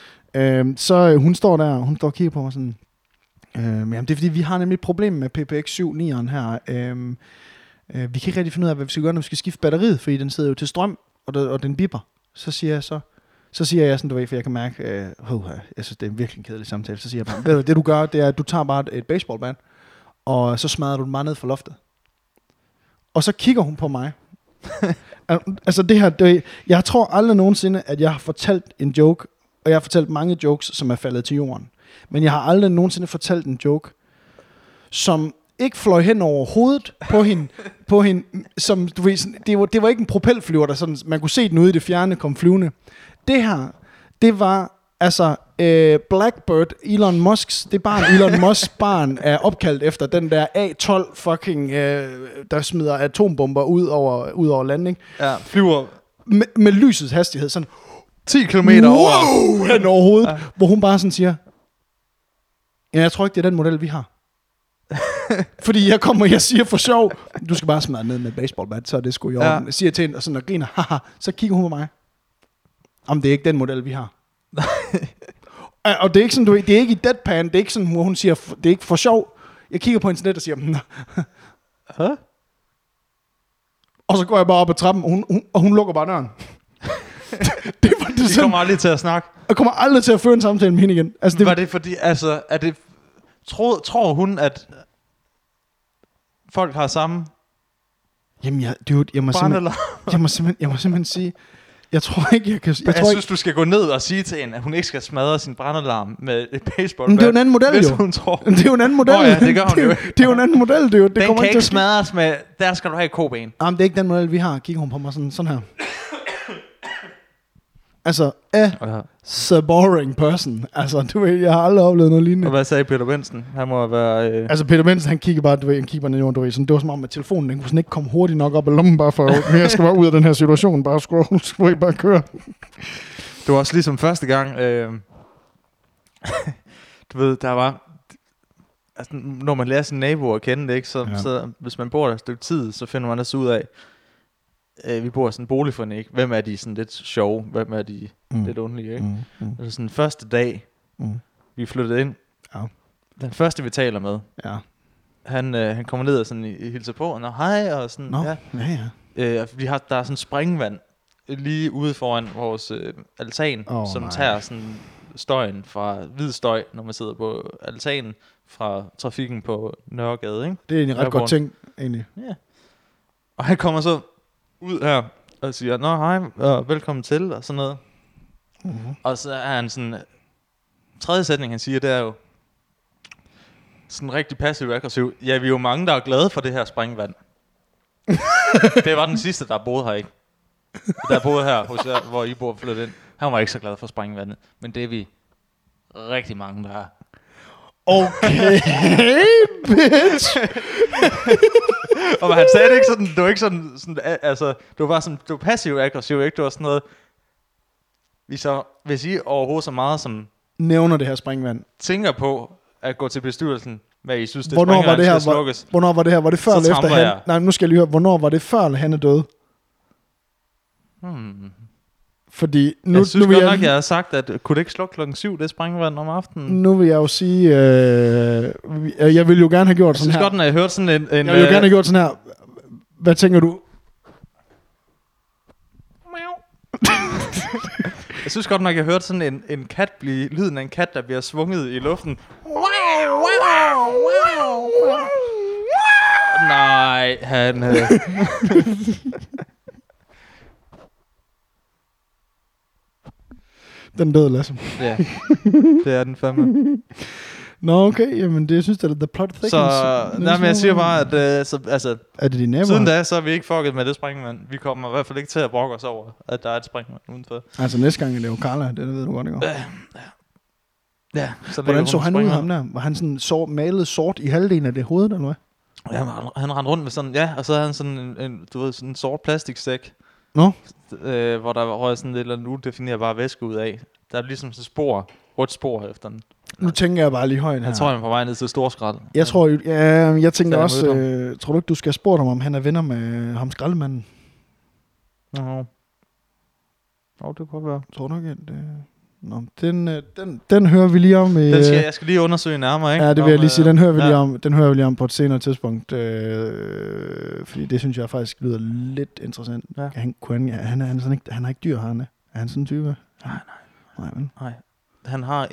Så hun står der, hun står og kigger på mig sådan, jamen det er fordi, vi har nemlig et problem med PPX7-9'eren her. Vi kan ikke rigtig finde ud af, hvad vi skal gøre, når vi skal skifte batteriet, fordi den sidder jo til strøm, og den bipper. Så siger jeg sådan, du ved, for jeg kan mærke, jeg synes, det er en virkelig kedelig samtale. Så siger jeg bare, ved du, det du gør, det er, at du tager bare et baseballbat, og så smadrer du den bare ned for loftet. Og så kigger hun på mig. Altså det her, jeg tror aldrig nogensinde, at jeg har fortalt en joke, og jeg har fortalt mange jokes, som er faldet til jorden. Men jeg har aldrig nogensinde fortalt en joke, som ikke fløj hen over hovedet på hende, som du ved, det var ikke en propelflyver, der sådan, man kunne se den ude i det fjerne kom flyvende. Det her, det var altså Blackbird, Elon Musks, det barn, Elon Musks barn er opkaldt efter den der A12 fucking, der smider atombomber ud over landing. Ja, flyver med lysets hastighed, sådan 10 kilometer over hen over hovedet, ja. Hvor hun bare sådan siger, ja, jeg tror ikke, det er den model, vi har. Fordi jeg siger for sjov, du skal bare smadre ned med et baseballbat, så er det sgu i orden. Ja. Jeg siger til hende, og sådan og griner, haha, så kigger hun på mig. Om det er ikke den model, vi har. Og det er ikke sådan, det er ikke i deadpan, det er ikke sådan, hvor hun siger, det er ikke for sjov. Jeg kigger på hendes net og siger, huh? Og så går jeg bare op ad trappen, og hun lukker bare døren. Det kommer aldrig til at snakke. Jeg kommer aldrig til at føre en samtale med hende igen. Altså, var det fordi, altså, er det... Tror hun, at folk har samme... Jamen, jeg må simpelthen sige... Jeg tror ikke, jeg kan... Jeg synes, du skal gå ned og sige til hende, at hun ikke skal smadre sin brandalarm med et baseball. Men det er jo en anden model, jo. Hun tror. Det er jo en anden model. Ja, det gør hun jo. Det er jo en anden model, det er jo. Den kan ikke smadres med... Der skal du have et koben. Jamen, det er ikke den model, vi har. Kigger hun på mig sådan her. Altså, så boring person. Altså, du ved, jeg har aldrig oplevet noget lignende. Og hvad sagde Peter Benson? Han må være... Altså, Peter Benson, han kigger bare, ned i jorden, du ved. Sådan, det var som om, at telefonen, den kunne sådan ikke komme hurtigt nok op i lommen, bare for, jeg skal bare ud af den her situation, bare scroll, bare køre. Det var også ligesom første gang, du ved, der var... Altså, når man lærer sine naboer at kende det, ikke, så hvis man bor der et stykke tid, så finder man også ud af, vi bor i sådan en boligforening, ikke? Hvem er de sådan lidt sjove, hvem er de lidt underlige, ikke? Altså sådan første dag, vi flyttede ind, den første vi taler med, han kommer ned og sådan hilser på, og hej, og sådan, der er sådan springvand lige ude foran vores altan, som tager sådan støjen fra hvid støj, når man sidder på altanen, fra trafikken på Nørregade, ikke? Det er egentlig ret godt ting, egentlig. Ja. Og han kommer så ud her og siger, nå hej, velkommen til, og sådan noget. Og så er han sådan, tredje sætning han siger, det er jo sådan rigtig passiv-aggressiv. Ja, vi er jo mange, der er glade for det her springvand. Det var den sidste, der boede her, ikke? Der boede her, hos jer, hvor I bor flyttet ind. Han var ikke så glad for springvandet, men det er vi rigtig mange, der er. Okay, bitch. Og han sagde det ikke sådan, det var ikke sådan altså, det var bare sådan, det var passiv-aggressiv, ikke? Det var sådan noget, hvis I overhovedet så meget som nævner det her springvand, tænker på at gå til bestyrelsen, hvad I synes, det springvand skal slukkes. Hvornår var det her? Var det før eller efter han? Nej, nu skal jeg lige høre, hvornår var det før, eller han er død? Fordi nu, jeg synes godt nok, jeg har sagt, at kunne det ikke slukke klokken 7, det springvand om aftenen? Nu vil jeg jo sige, jeg vil jo gerne have gjort sådan her. Jeg synes godt, når jeg hørte sådan en jeg vil jo gerne have gjort sådan her. Hvad tænker du? Jeg synes godt nok, jeg hørte sådan en kat blive, lyden af en kat, der bliver svunget i luften. Nej, han... Den døde, Lasse. Ja, det er den fandme. Nå, okay, jamen det synes jeg, the plot thickens. Så, men jeg siger bare, at altså, er det din siden da, så er vi ikke fucket med det springvand. Vi kommer i hvert fald ikke til at brokke os over, at der er et springvand udenfor. Altså næste gang, jeg laver Carla, det ved du godt, ikke? Ja. Så hvordan så han ud, ham der? Var han sådan malet sort i halvdelen af det hoved, eller hvad? Ja, han rendte rundt med sådan, og så havde han sådan en du ved, sådan en sort plastiksæk. Nå? Hvor der røg sådan et eller andet udefinerbare væske ud af. Der er ligesom sådan spor, rødt spor efter den. Nu tænker jeg bare lige højt her. Jeg tror, han er på vej ned til Storskrald. Jeg tænker også, tror du ikke, du skal have spurgt ham, om han er venner med ham skraldemanden? Nå, det kunne være. Tror du ikke, Nå, den hører vi lige om. Jeg skal lige undersøge nærmere, ikke? Ja, det vil jeg lige sige. Den hører vi lige om. Den hører vi lige om på et senere tidspunkt, fordi det synes jeg faktisk lyder lidt interessant. Ja. Han har ikke dyr, han er. Er han sådan en type? Nej. Han har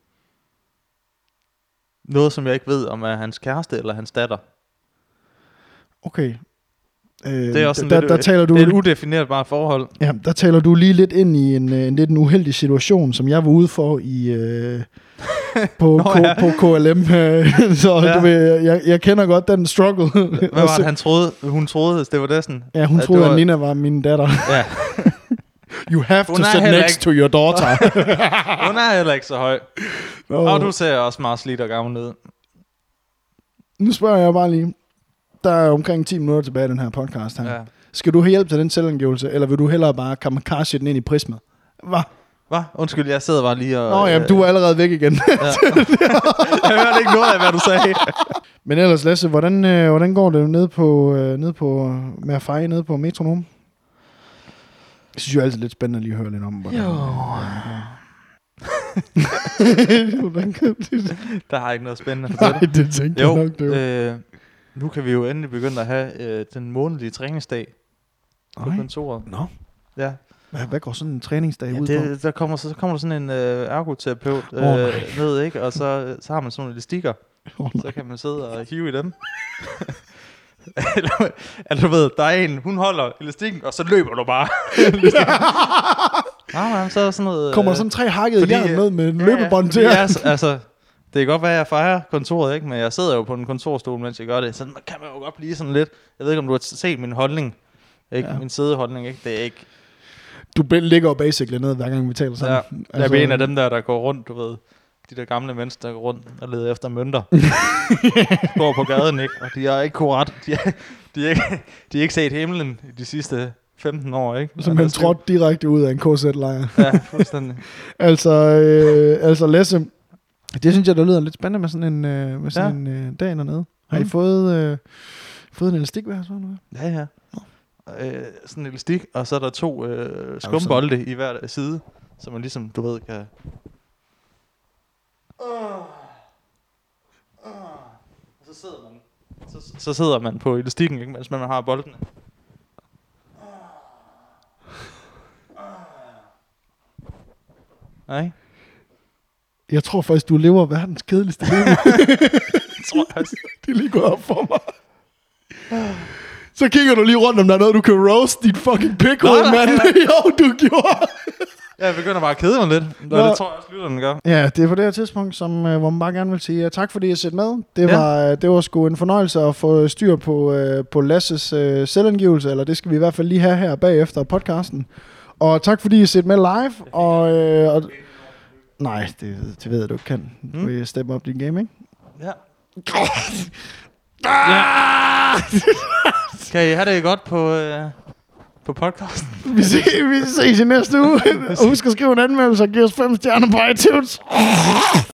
noget, som jeg ikke ved, om er hans kæreste eller hans datter. Okay. Det er også det er et udefinerbart forhold. Ja, der taler du lige lidt ind i en lidt uheldig situation, som jeg var ude for i på KLM. Så du ved, jeg kender godt den struggle. Hvad var det, hun troede, det var det sådan? Ja, hun troede, at Nina var min datter. Ja. You have to sit next to your daughter. Hun er heller ikke så høj. Og du ser også meget slidt og gammel ud. Nu spørger jeg bare lige. Der er omkring 10 minutter tilbage i den her podcast her. Ja. Skal du have hjælp til den selvangivelse, eller vil du hellere bare kamikaze den ind i prismet? Hvad? Undskyld, jeg sidder bare lige og... Nå, jamen, du er allerede væk igen. Ja. Jeg hørte ikke noget af, hvad du sagde. Men ellers, Lasse, hvordan går det ned på med at feje nede på Metronom? Jeg synes jo altid lidt spændende at lige høre lidt om, hvordan... Jo. Der har ikke noget spændende. Nej, det tænker jeg nok, det nu kan vi jo endelig begynde at have den månedlige træningsdag på kontoret. Nå. Ja. Hvad går sådan en træningsdag ud på? Så kommer der sådan en ergoterapeut ned, ikke? Og så har man sådan nogle elastikker. Så kan man sidde og hive i dem. Eller du ved, der er en, hun holder elastikken, og så løber du bare. Nej, så er sådan noget... Kommer sådan 3 hakkede jern med en løbebånd til. Ja, altså... Det kan godt være, at jeg fejrer kontoret, ikke? Men jeg sidder jo på en kontorstol, mens jeg gør det. Så kan man jo godt blive sådan lidt... Jeg ved ikke, om du har set min holdning. Ikke? Ja. Min sædeholdning, ikke? Det er ikke... Du ligger jo basically ned, hver gang vi taler sammen. Ja, jeg er en af dem der går rundt, du ved. De der gamle mennesker, der går rundt og leder efter mønter. Går på gaden, ikke? Og de er ikke korrekt. De er ikke set himlen i de sidste 15 år, ikke? Som han trådte direkte ud af en KZ-lejr. Ja, fuldstændig. altså Lasse, det synes jeg, der lyder lidt spændende med sådan en dag dernede. Har I fået en elastik hver sådan noget? Ja. Sådan en elastik, og så er der 2 skumbolde i hver side, så man ligesom, du ved, kan... Så sidder man på elastikken, ikke, mens man har boldene. Nej. Jeg tror faktisk, du lever verdens kedeligste liv. Tror jeg også. Det er lige gået op for mig. Så kigger du lige rundt, om der er noget, du kan roast dit fucking pikhoved, mand. Jo, du gjorde. Jeg begynder bare at kede mig lidt. Det tror jeg også, lytterne gør. Ja, det er på det her tidspunkt, hvor man bare gerne vil sige tak, fordi I har set med. Det var sgu en fornøjelse at få styr på Lasses selvangivelse, eller det skal vi i hvert fald lige have her bagefter podcasten. Og tak, fordi I har set med live. Nej, det ved jeg, du ikke kan. Du vil steppe op din game, ikke? Ja. Kan I have det godt på podcasten? Vi ses i næste uge. Og husk at skrive en anmeldelse og give os 5 stjerner på iTunes.